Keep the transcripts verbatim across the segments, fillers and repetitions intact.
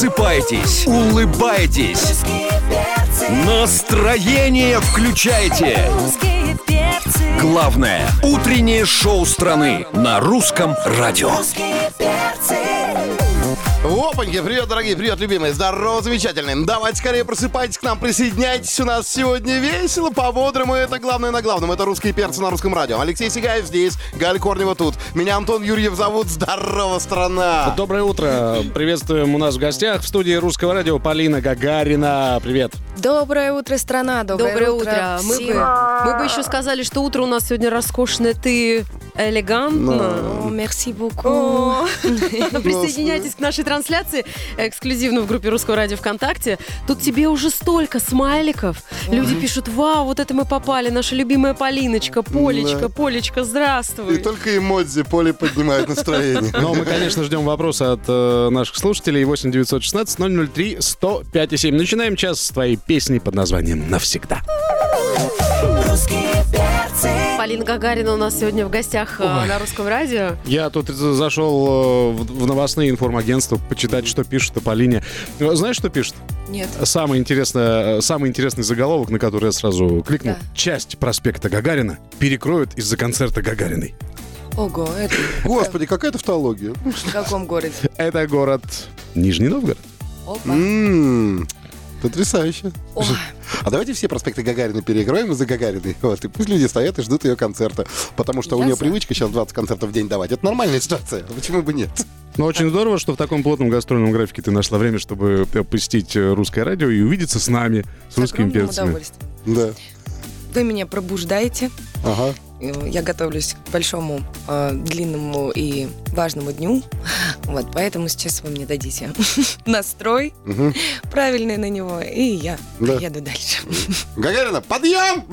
Просыпайтесь, улыбайтесь, настроение включайте. Главное утреннее шоу страны на русском радио. Опаньки, привет, дорогие, привет, любимые, здорово, замечательные. Давайте скорее просыпайтесь к нам, присоединяйтесь. У нас сегодня весело, по-бодрому, это главное на главном. Это «Русские перцы» на русском радио. Алексей Сигаев здесь, Галя Корнева тут. Меня Антон Юрьев зовут. Здорово, страна! Доброе утро. Приветствуем у нас в гостях в студии Русского радио Полина Гагарина. Привет. Доброе утро, страна. Доброе, Доброе утро. утро. Мы бы, мы бы еще сказали, что утро у нас сегодня роскошное, ты элегантно. О, merci beaucoup. Присоединяйтесь к нашей трансляции эксклюзивно в группе Русского радио ВКонтакте. Тут тебе уже столько смайликов. Люди пишут: вау, вот это мы попали, наша любимая Полиночка, Полечка, Да. Полечка, здравствуй. И только эмодзи Поле поднимает настроение. Но мы, конечно, ждем вопросы от э, наших слушателей. восемь девятьсот шестнадцать ноль ноль три сто пять и семь. Начинаем час с твоей песни под названием «Навсегда». Полина Гагарина у нас сегодня в гостях э, на Русском радио. Я тут зашел э, в в новостные информагентства почитать, что пишут о Полине. Знаешь, что пишут? Нет. Самое интересное, самый интересный заголовок, на который я сразу кликнул. Да. Часть проспекта Гагарина перекроют из-за концерта Гагариной. Ого, это Господи, какая тавтология. в каком городе? Это город Нижний Новгород. Опа. М-м, Потрясающе. Ой. А давайте все проспекты Гагарина перекроем из-за Гагариной. Вот, и пусть люди стоят и ждут ее концерта. Потому что у Я нее за. привычка сейчас двадцать концертов в день давать. Это нормальная ситуация. Почему бы нет? Но очень здорово, что в таком плотном гастрольном графике ты нашла время, чтобы посетить русское радио и увидеться с нами, с С русскими огромным перцами. удовольствием. Да. Вы меня пробуждаете. Ага. Я готовлюсь к большому, э, длинному и важному дню. Вот, поэтому сейчас вы мне дадите настрой Мгм. правильный на него, и я Да. еду дальше. Гагарина, подъем!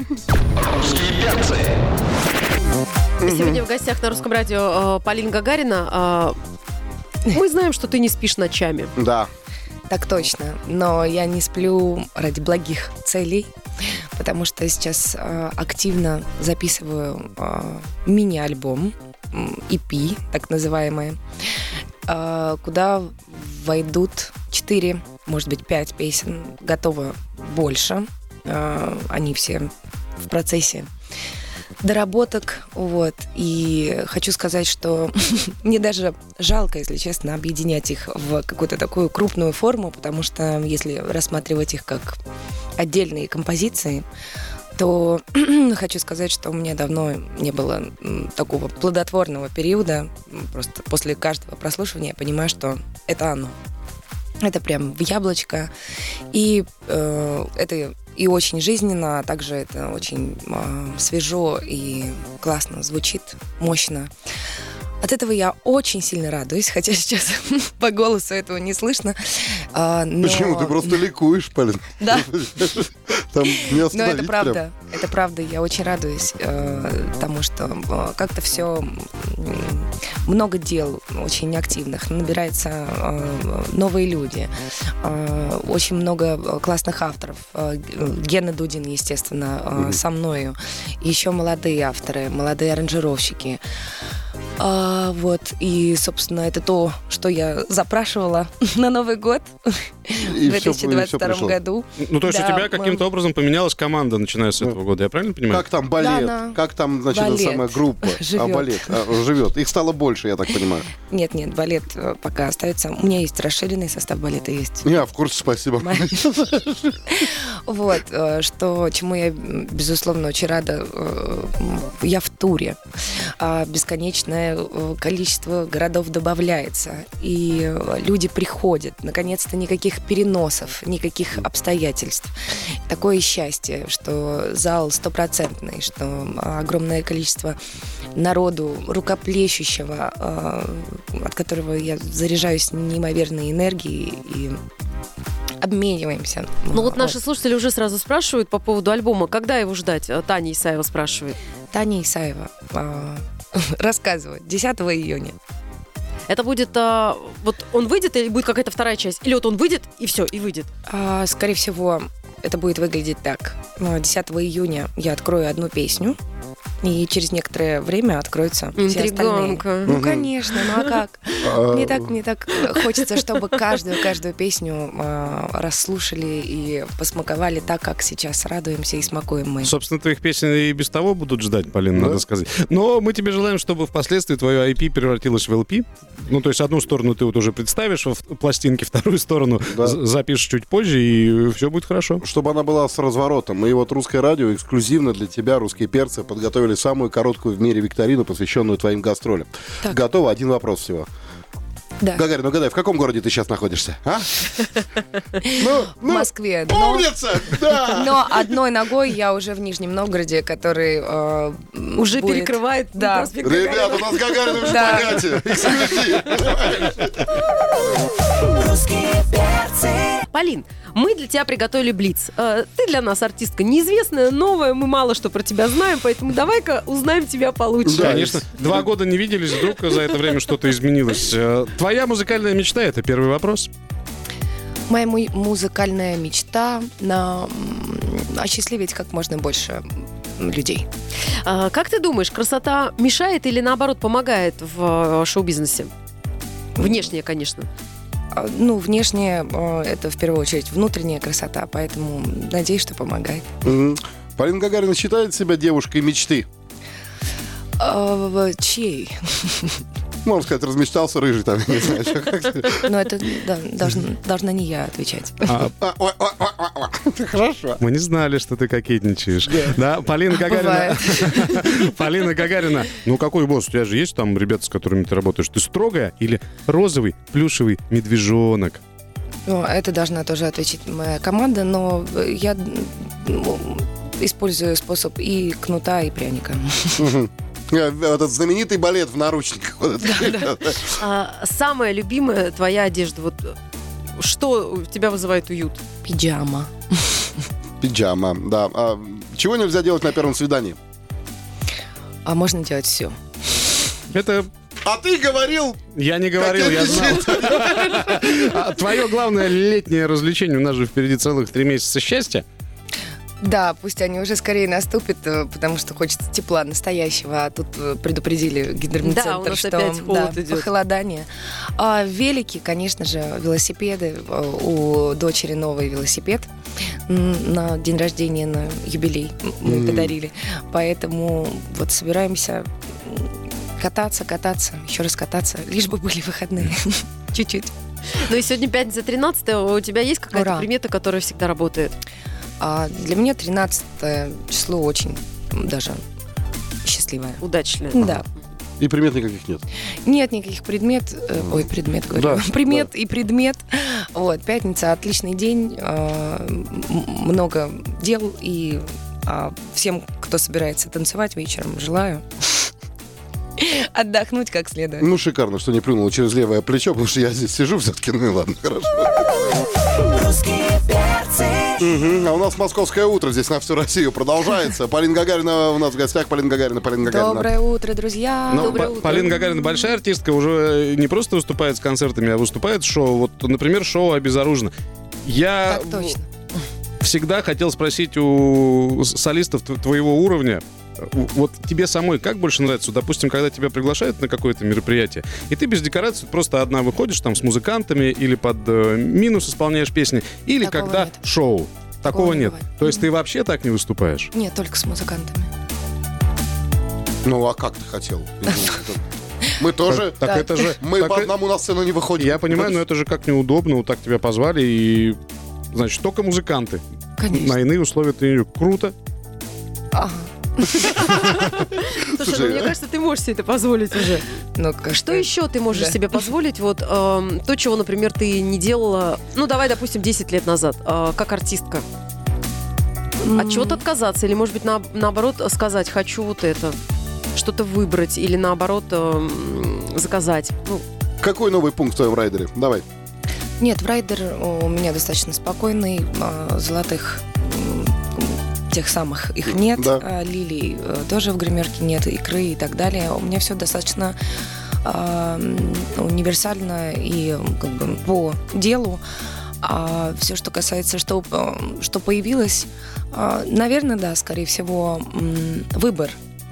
Сегодня в гостях на Русском радио э, Полина Гагарина. Э, Мы знаем, что ты не спишь ночами. Да. Так точно. Но я не сплю ради благих целей, потому что сейчас э, активно записываю э, мини-альбом, м, и пи, так называемое, э, куда войдут четыре, может быть, пять песен. Готово больше. Э, они все в процессе доработок, вот, и хочу сказать, что мне даже жалко, если честно, объединять их в какую-то такую крупную форму, потому что если рассматривать их как отдельные композиции, то хочу сказать, что у меня давно не было м, такого плодотворного периода. Просто после каждого прослушивания я понимаю, что это оно. Это прям в яблочко. И э, это и очень жизненно, а также это очень э, свежо и классно звучит, мощно. От этого я очень сильно радуюсь, хотя сейчас по голосу этого не слышно. А, но... Почему? Ты просто ликуешь, Полин. Да. Там не Но остановить это правда, это правда, я очень радуюсь э, тому, что э, как-то все много дел очень активных, набираются э, новые люди, э, очень много классных авторов. Э, Гена Дудин, естественно, э, Мгм. со мною, еще молодые авторы, молодые аранжировщики. А, вот, и, собственно, это то, что я запрашивала на Новый год И в всё- и всё две тысячи двадцать втором пришло. году. Ну, то есть Да, у тебя мы- каким-то образом поменялась команда, начиная с этого года, я правильно понимаю? Как там балет? Да, да. Как там, значит, эта Балет. самая группа? А, Живет. балет. А, живет. Их стало больше, я так понимаю. Нет, нет, балет э, пока остается. У меня есть расширенный состав балета, есть. Я в курсе, спасибо. Вот, э, что, чему я, м, безусловно, очень рада. э, м, Я в туре. А Бесконечное э, количество городов добавляется. И э, люди приходят. Наконец-то никаких переносов, никаких обстоятельств. Такое счастье, что зал стопроцентный, что э, огромное количество народу рукоплещущего, э, от которого я заряжаюсь неимоверной энергией и обмениваемся. Ну вот наши слушатели уже сразу спрашивают по поводу альбома. Когда его ждать? Таня Исаева спрашивает. Таня Исаева э, рассказывает десятого июня. Это будет... а, вот он выйдет или будет какая-то вторая часть? Или вот он выйдет и все, и выйдет? А, скорее всего, это будет выглядеть так. десятого июня я открою одну песню. И через некоторое время откроются все остальные. Интриганка. Ну, конечно, ну а как? Мне так, мне так хочется, чтобы каждую, каждую песню э, расслушали и посмаковали так, как сейчас радуемся и смакуем мы. Собственно, твоих песен и без того будут ждать, Полина, да? Надо сказать. Но мы тебе желаем, чтобы впоследствии твое ай пи превратилось в эл пи. Ну, то есть одну сторону ты вот уже представишь в пластинке, вторую сторону Да. з- запишешь чуть позже, и все будет хорошо. Чтобы она была с разворотом. Мы вот «Русское радио» эксклюзивно для тебя, «Русские перцы», подготовили самую короткую в мире викторину, посвященную твоим гастролям. Так. Готово? Один вопрос всего. Да, Гагарин, угадай, в каком городе ты сейчас находишься? А? Ну, в ну, Москве. Но, умница! Да! но одной ногой я уже в Нижнем Новгороде, который э, Уже будет- перекрывает Да. проспект Ребята, Гагарина. у нас Гагарин в Да. шпагате. Эксклюзив. Полин, мы для тебя приготовили блиц. Э, Ты для нас артистка неизвестная, новая, мы мало что про тебя знаем, поэтому давай-ка узнаем тебя получше. Да. Конечно. Два года не виделись, вдруг за это время что-то изменилось. Э, Твоя музыкальная мечта — это первый вопрос. Моя му- музыкальная мечта на м, осчастливить как можно больше м, людей. А, Как ты думаешь, красота мешает или наоборот помогает в э, шоу-бизнесе? Внешне, конечно. А, Ну, внешне э, это в первую очередь внутренняя красота, поэтому надеюсь, что помогает. Мгм. Полина Гагарина считает себя девушкой мечты. А, в- чьей? Можно сказать, размечтался рыжий там, я не знаю. что, как. Но это да, должна, должна не я отвечать. А, А, ой, ой, ой, ой, ой. Хорошо. Мы не знали, что ты кокетничаешь. Да, Полина Гагарина. Полина Гагарина. Ну, какой босс? У тебя же есть там ребята, с которыми ты работаешь? Ты строгая или розовый плюшевый медвежонок? Ну, это должна тоже ответить моя команда, но я ну, использую способ и кнута, и пряника. Мгм. Э, Этот знаменитый балет в наручниках. Вот это. А, Самая любимая твоя одежда, вот э, что у тебя вызывает уют? Пиджама. Пиджама, да. А чего нельзя делать на первом свидании? А можно делать все. Это А ты говорил... я не говорил, я знал. А твое главное летнее развлечение, у нас же впереди целых три месяца счастья. Да, пусть они уже скорее наступят, э, потому что хочется тепла настоящего, а тут э, предупредили гидромедцентр, Да, у нас что опять холод да, идет. похолодание. А велики, конечно же, велосипеды. Э, У дочери новый велосипед м, на день рождения, на юбилей мы М. подарили. Поэтому вот собираемся м, кататься, кататься, еще раз кататься, лишь бы были выходные. Чуть-чуть. Ну и сегодня пятница тринадцатое, у тебя есть какая-то Ура. примета, которая всегда работает? А для меня тринадцатое число очень даже счастливое. Удачная. Да. И примет никаких нет. Нет никаких предмет, э, ой, предмет говорю, Да, примет и предмет. Вот, пятница, отличный день, э, м- много дел, и а, всем, кто собирается танцевать вечером, желаю отдохнуть как следует. Ну, шикарно, что не плюнула через левое плечо, потому что я здесь сижу все-таки. Ну и ладно, хорошо. Мгм. А у нас московское утро здесь на всю Россию продолжается. Полина Гагарина у нас в гостях. Полина Гагарина, Полина Гагарина. Доброе утро, друзья. Ну, Доброе По- утро. Полина Гагарина большая артистка, уже не просто выступает с концертами, а выступает в шоу. Вот, например, шоу «Обезоружено». Я Так точно. всегда хотел спросить у солистов тв- твоего уровня, у- вот тебе самой как больше нравится? Вот, допустим, когда тебя приглашают на какое-то мероприятие, и ты без декораций просто одна выходишь там с музыкантами или под э, минус исполняешь песни, или Такого когда нет. шоу. Такого не нет. бывает. То есть ты вообще так не выступаешь? Нет, только с музыкантами. Ну, а как ты хотел? Мы тоже... Так Да. это же... Мы так по э- одному на сцену не выходим. Я понимаю, но это же как неудобно, вот так тебя позвали, и, значит, только музыканты. Конечно. На иные условия ты круто. Ага. Слушай, Слушай, ну, мне кажется, ты можешь себе это позволить уже. Ну, как Что еще ты можешь Да. себе позволить? Вот эм, то, чего, например, ты не делала, ну, давай, допустим, десять лет назад, э, как артистка. От чего-то отказаться? Или, может быть, на- наоборот, сказать, хочу вот это, что-то выбрать, или наоборот, эм, заказать. Ну, Какой новый пункт в твоем райдере? Давай. Нет, в райдер у меня достаточно спокойный, а, золотых м, тех самых их нет, Да. а, лилий э, тоже в гримерке нет, икры и так далее. У меня все достаточно а, м, универсально и м, как бы по делу. А все, что касается, что, э, что появилось, а, наверное, да, скорее всего, м, выбор.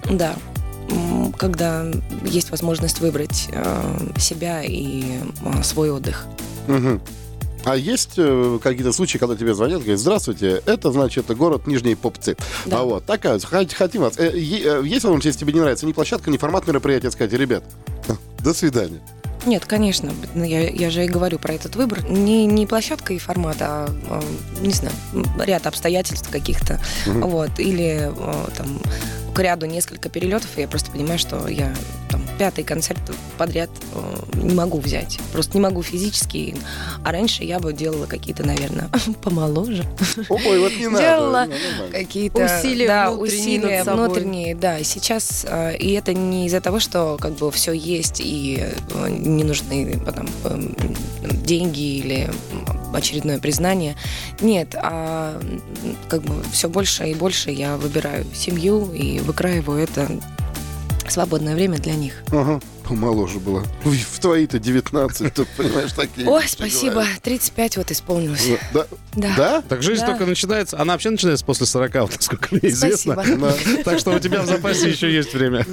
Да. М, Когда есть возможность выбрать э, себя и э, свой отдых. Мгм. А есть э, какие-то случаи, когда тебе звонят, говорят: здравствуйте, это, значит, город Нижние Попцы. Да. А вот, такая, хот- хотим вас. Э, е- э, есть возможность, если тебе не нравится ни площадка, ни формат мероприятия, сказать: ребят, до свидания. Нет, конечно. Ну, Я, я же и говорю про этот выбор. Не, не площадка и формат, а, э, не знаю, ряд обстоятельств каких-то. Мгм. Вот. Или э, там к ряду несколько перелетов, и я просто понимаю, что я там, пятый концерт подряд э, не могу взять. Просто не могу физически. А раньше я бы делала какие-то, наверное, помоложе. Ой, вот не надо. Делала Ну, нормально. какие-то Усилия да, внутренние усилия над собой. внутренние, да. И сейчас э, и это не из-за того, что как бы все есть и э, не нужны потом э, деньги или м, очередное признание. Нет, а м, как бы все больше и больше я выбираю семью и выкраиваю это свободное время для них. Ага, помоложе было. Ой, в твои-то девятнадцать, тут, понимаешь, такие. Ой, вещи спасибо. говорят. тридцать пять вот исполнилось. Да? Да. Да? Так жизнь Да. только начинается. Она вообще начинается после сорока, вот насколько мне известно. Спасибо. Да. Так что у тебя в запасе еще есть время.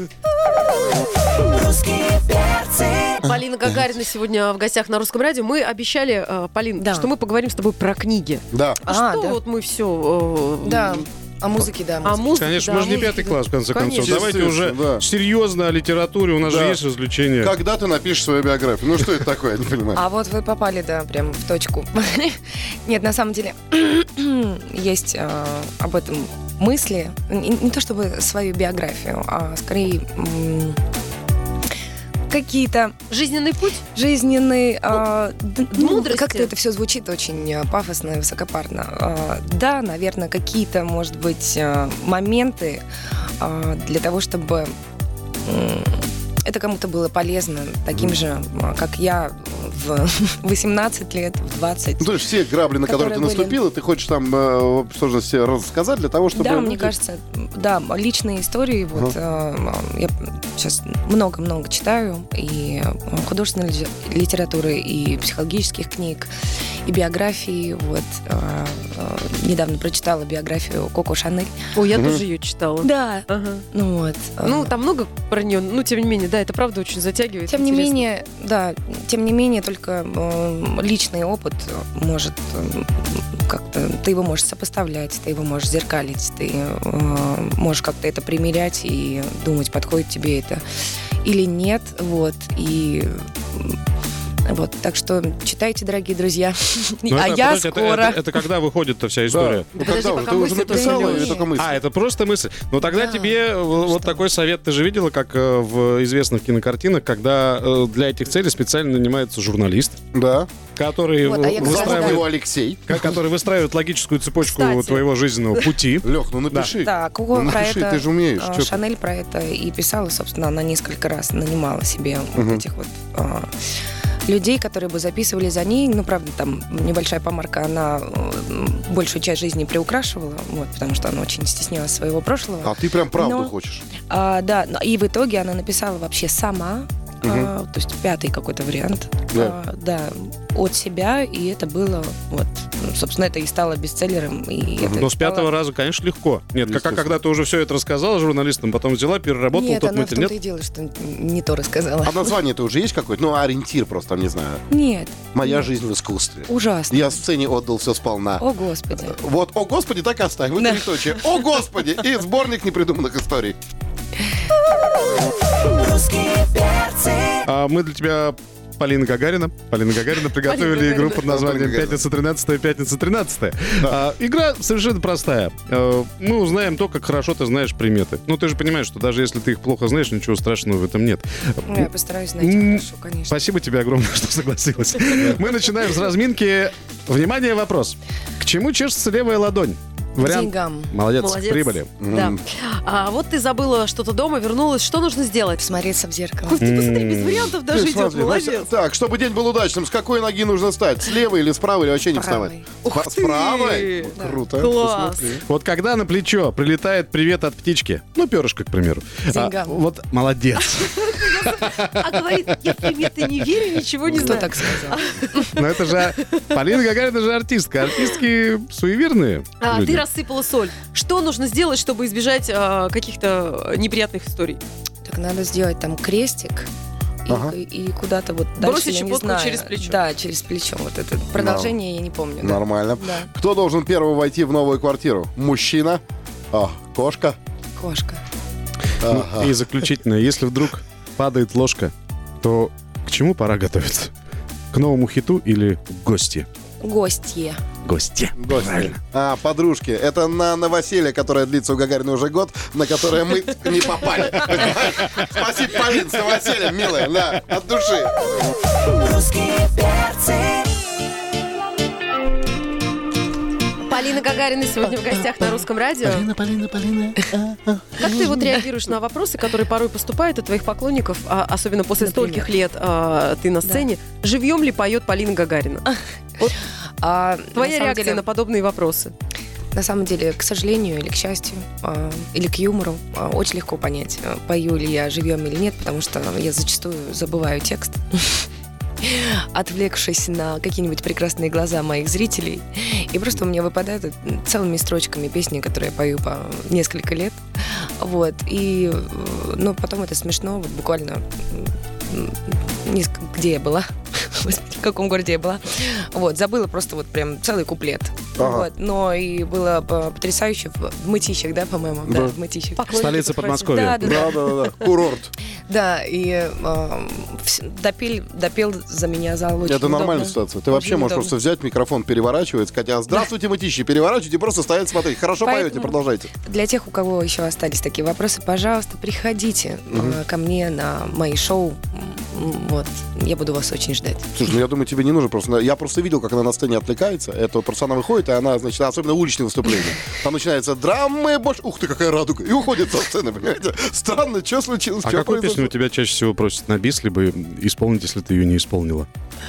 Полина Гагарина сегодня в гостях на Русском радио. Мы обещали, э, Полин, Да. что мы поговорим с тобой про книги. Да. А, что да. вот мы все... Да, о музыке, да. О музыке, Конечно, да, мы же не музыке, пятый да. класс, в конце концов. Конечно. Давайте уже Естественно, да. серьезно о литературе. У нас Да. же есть развлечения. Когда ты напишешь свою биографию? Ну что это такое, я не понимаю. А вот вы попали, да, прям в точку. Нет, на самом деле есть э, об этом мысли. Не, не то чтобы свою биографию, а скорее м, какие-то Жизненный путь? жизненные... э, д- ну, мудрости. как-то это все звучит очень э, пафосно и высокопарно. Э, да, наверное, какие-то, может быть, э, моменты э, для того, чтобы м, это кому-то было полезно, таким же, э, как я в восемнадцать лет, в двадцать. Ну, то есть все грабли, на которые ты Которые были. наступила, ты хочешь там э, что же все рассказать для того, чтобы... Да, мне люди- кажется, да, личные истории. Вот э, я сейчас много-много читаю и э, художественной ли- литературы, и психологических книг, и биографии. Вот э, э, недавно прочитала биографию Коко Шанель. Ой, я Мгм. тоже ее читала. Да. Ага. Ну вот. э, Ну, там много про нее, но тем не менее, да, это правда очень затягивает. Тем не интересно. менее, да, тем не менее, только э, личный опыт может э, как-то, ты его можешь сопоставлять, ты его можешь зеркалить, ты э, можешь как-то это примерять и думать, подходит тебе это или нет, вот, и м, вот, так что читайте, дорогие друзья, Ну, а это, я подожди, это- скоро. Это, это когда выходит-то вся Да. история? Ну, Подожди, когда уже? пока Ты уже мысли только написала не или есть. только мысли? А, это просто мысль. Ну тогда Да. тебе э, вот Что? такой совет. Ты же видела, как э, в известных кинокартинах, когда э, для этих целей специально нанимается журналист, Да. который Вот, а я в- как раз, Зовут выстраивает, его Алексей. ка- который выстраивает логическую цепочку Кстати. твоего жизненного пути. Лех, ну напиши. Да, Коко Ну, про напиши, это, ты же умеешь. а, чё ты? Шанель про это и писала, собственно, она несколько раз нанимала себе Мгм. вот этих вот а, людей, которые бы записывали за ней. Ну, правда, там небольшая помарка, она м, большую часть жизни приукрашивала, вот, потому что она очень стеснялась своего прошлого. А ты прям правду Но- хочешь. А, да, но- и в итоге она написала вообще сама, а, то есть пятый какой-то вариант, Да. а, да, от себя, и это было вот, ну, собственно, это и стало бестселлером. И это Но и с пятого стало- раза, конечно, легко. Нет, как Естественно. когда ты уже все это рассказала журналистам, потом взяла, переработала Нет, тот она в материал. том-то и дело, что не то рассказала. А название-то уже есть какое-то? Ну, ориентир просто, там, не знаю. Нет, Моя Нет. жизнь в искусстве. ужасно. Я сцене отдал все сполна. О, Господи. Вот, о господи, так и оставь. Вот Да. точно. О господи! И сборник непридуманных историй. А мы для тебя Полина Гагарина. Полина Гагарина приготовили Полина игру Гагарина. под названием Полина Гагарина. «Пятница тринадцатое, пятница тринадцатое». А, игра совершенно простая. Э, Мы узнаем то, как хорошо ты знаешь приметы. Ну, ты же понимаешь, что даже если ты их плохо знаешь, ничего страшного в этом нет. Ну, я постараюсь знать М, хорошо, конечно. Спасибо тебе огромное, что согласилась. Мы начинаем с разминки. Внимание, вопрос. К чему чешется левая ладонь? К Вариант. деньгам. Молодец, Молодец. прибыли. Да. М. А вот ты забыла что-то дома, вернулась. Что нужно сделать? Посмотреться в зеркало. Ух ты, посмотри, без вариантов даже Ты идет. смотри, ну, Молодец. Так, чтобы день был удачным, с какой ноги нужно встать? С левой или с правой, или вообще не вставать? Правой. Ух С ты! правой? Да. Круто. Класс. Посмотри. Вот когда на плечо прилетает привет от птички, ну, перышко, к примеру. К деньгам. А, вот, молодец. А говорит, я в приметы не верю, ничего не Кто знаю. так сказал? Но это же... Полина Гагарина же артистка. Артистки суеверные А, люди. ты рассыпала соль. Что нужно сделать, чтобы избежать а, каких-то неприятных историй? Так надо сделать там крестик и, Ага. и, и куда-то вот Бросить дальше, я не щепотку знаю. через плечо. Да, через плечо. Вот это продолжение я не помню. да. Нормально. Да. Кто должен первым войти в новую квартиру? Мужчина? А, кошка? Кошка. Ну, Ага. и заключительно, если вдруг падает ложка, то к чему пора готовиться? К новому хиту или к гости? Гостье. Гости. Гости. А, подружки. Это на новоселье, которое длится у Гагарина уже год, на которое мы не попали. Спасибо, Полин, с новосельем, милая. Да, от души. Русские перцы. Полина Гагарина сегодня в гостях на Русском радио. Полина, Полина, Полина. Как ты вот реагируешь на вопросы, которые порой поступают от твоих поклонников, а, особенно после Например? стольких лет а, ты на сцене? Живьем ли поет Полина Гагарина? А, Твоя на самом реакция деле- на подобные вопросы? На самом деле, к сожалению или к счастью, а, или к юмору, а, очень легко понять, а, пою ли я живьем или нет, потому что я зачастую забываю текст, отвлекшись на какие-нибудь прекрасные глаза моих зрителей. И просто у меня выпадают целыми строчками песни, которые я пою по несколько лет. Вот. И, э, ну, потом это смешно, вот буквально м, неск- где я была, Господи, в каком городе я была. Вот, забыла просто вот прям целый куплет. Ага. Вот, но и было э, потрясающе в, в Мытищах, да, по-моему? Да, Да. в Мытищах. Столица Подмосковья. Да, да, да. Да, да, да. Курорт. Да, и э, вс- допел, допел за меня зал очень Это нормальная удобно. ситуация. Ты вообще Очень можешь удобно. просто взять микрофон, переворачивать, сказать: а, здравствуйте, мытищи, переворачивайте, просто стоять, смотреть. Хорошо Поэтому- поете, продолжайте. Для тех, у кого еще остались такие вопросы, пожалуйста, приходите э, ко мне на мои шоу. М, Вот, я буду вас очень ждать. Слушай, ну я думаю, тебе не нужно просто... Я просто видел, как она на сцене отвлекается. Это вот просто она выходит, и она, значит, особенно уличные выступления. Там начинается драмы, больше... Ух ты, какая радуга! И уходит со сцены, понимаете? Странно, что случилось? А Чё какую песню произошло? у тебя чаще всего просят на бис, либо исполнить, если ты ее не исполнила?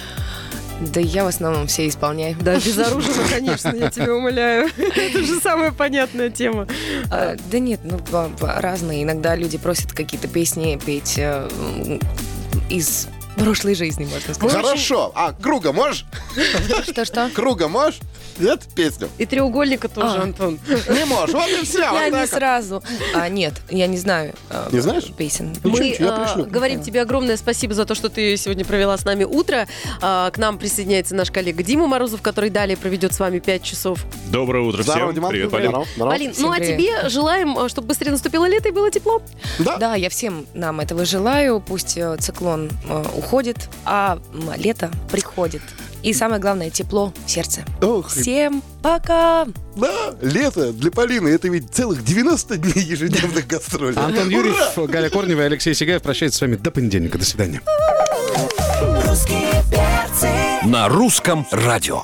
Да я в основном все исполняю. Да, безоруженно, конечно, я тебя умоляю. Это же самая понятная тема. А, да нет, ну по- по- разные. Иногда люди просят какие-то песни петь э, м, из прошлой жизни, можно сказать. Хорошо. А, круга можешь? Что-что? Круга можешь? Нет? Песню? И треугольника тоже, А. Антон. Не можешь. Вот и все. Я не сразу. А, нет, я не знаю э, Не знаешь? песен. Ничего, Мы ничего, я а, пришлю. говорим тебе огромное спасибо за то, что ты сегодня провела с нами утро. А, к нам присоединяется наш коллега Дима Морозов, который далее проведет с вами пять часов. Доброе утро Здорово, всем. Диман. Привет, Полин. Здорово, здорово. Полин, Всем ну а привет. тебе желаем, а, чтобы быстрее наступило лето и было тепло. Да. Да, я всем нам этого желаю. Пусть э, циклон э, уходит, а м, лето приходит. И самое главное, тепло в сердце. Ох, и- Всем пока! да, лето для Полины это ведь целых девяносто дней ежедневных гастролей. Антон Ура! Юрьев, Галя Корнева и Алексей Сигаев прощаются с вами до понедельника. До свидания. Русские перцы. На русском радио.